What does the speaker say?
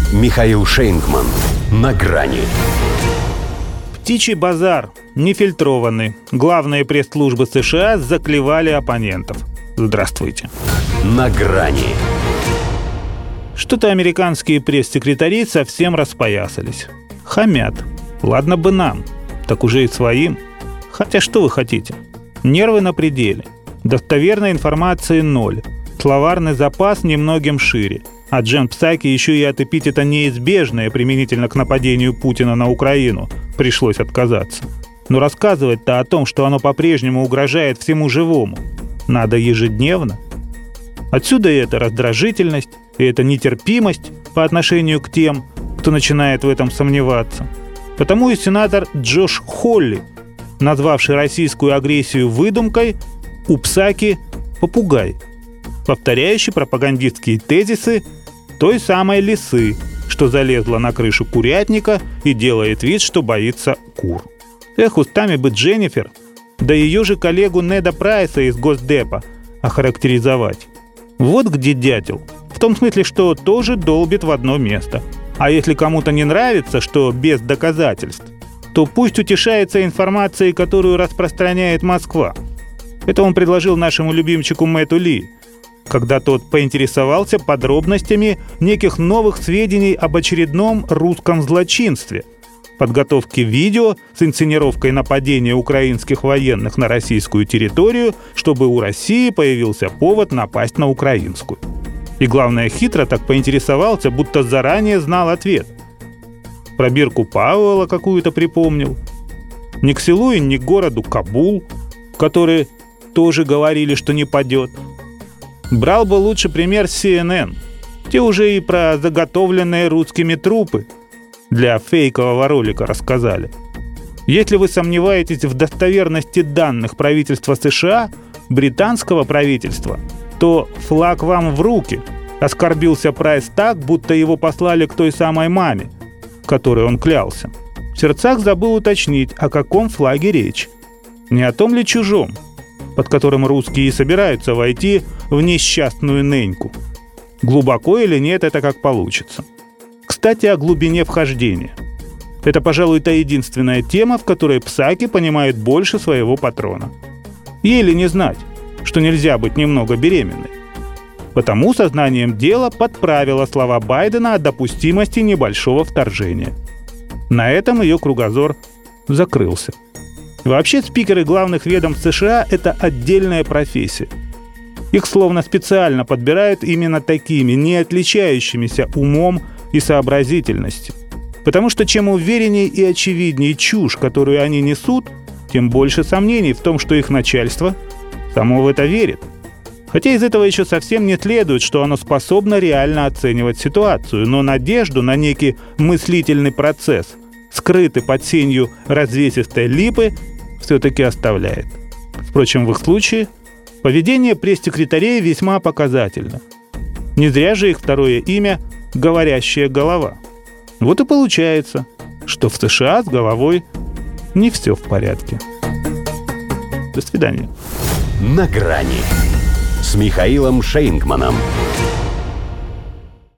Михаил Шейнгман. На грани. Птичий базар. Нефильтрованный. Главные пресс-службы США заклевали оппонентов. Здравствуйте. На грани. Что-то американские пресс-секретари совсем распоясались. Хамят. Ладно бы нам, так уже и своим. Хотя что вы хотите? Нервы на пределе. Достоверной информации ноль. Словарный запас немногим шире. А Джен Псаки еще и от эпитета «неизбежное» применительно к нападению Путина на Украину пришлось отказаться. Но рассказывать-то о том, что оно по-прежнему угрожает всему живому, надо ежедневно. Отсюда и эта раздражительность, и эта нетерпимость по отношению к тем, кто начинает в этом сомневаться. Потому и сенатор Джош Холли, назвавший российскую агрессию выдумкой, у Псаки попугай, повторяющий пропагандистские тезисы той самой лисы, что залезла на крышу курятника и делает вид, что боится кур. Эх, устами бы Дженнифер, да ее же коллегу Неда Прайса из Госдепа охарактеризовать. Вот где дятел. В том смысле, что тоже долбит в одно место. А если кому-то не нравится, что без доказательств, то пусть утешается информацией, которую распространяет Москва. Это он предложил нашему любимчику Мэтту Ли, когда тот поинтересовался подробностями неких новых сведений об очередном русском злочинстве, подготовке видео с инсценировкой нападения украинских военных на российскую территорию, чтобы у России появился повод напасть на украинскую. И главное, хитро так поинтересовался, будто заранее знал ответ. Про Бирку Пауэлла какую-то припомнил. Ни к селу и ни к городу Кабул, которые тоже говорили, что не падет. Брал бы лучше пример CNN. Те уже и про заготовленные русскими трупы для фейкового ролика рассказали. Если вы сомневаетесь в достоверности данных правительства США, британского правительства, то флаг вам в руки. Оскорбился Прайс так, будто его послали к той самой маме, которой он клялся. В сердцах забыл уточнить, о каком флаге речь. Не о том ли чужом, под которым русские и собираются войти в несчастную неньку. Глубоко или нет, это как получится. Кстати, о глубине вхождения. Это, пожалуй, та единственная тема, в которой Псаки понимает больше своего патрона. Ей ли не знать, что нельзя быть немного беременной. Потому сознанием дела подправила слова Байдена о допустимости небольшого вторжения. На этом ее кругозор закрылся. Вообще, спикеры главных ведомств США – это отдельная профессия. Их словно специально подбирают именно такими, не отличающимися умом и сообразительностью. Потому что чем увереннее и очевиднее чушь, которую они несут, тем больше сомнений в том, что их начальство само в это верит. Хотя из этого еще совсем не следует, что оно способно реально оценивать ситуацию, но надежду на некий мыслительный процесс, скрытый под сенью развесистой липы, все-таки оставляет. Впрочем, в их случае поведение пресс-секретарей весьма показательно. Не зря же их второе имя – «говорящая голова». Вот и получается, что в США с головой не все в порядке. До свидания. На грани с Михаилом Шейнгманом.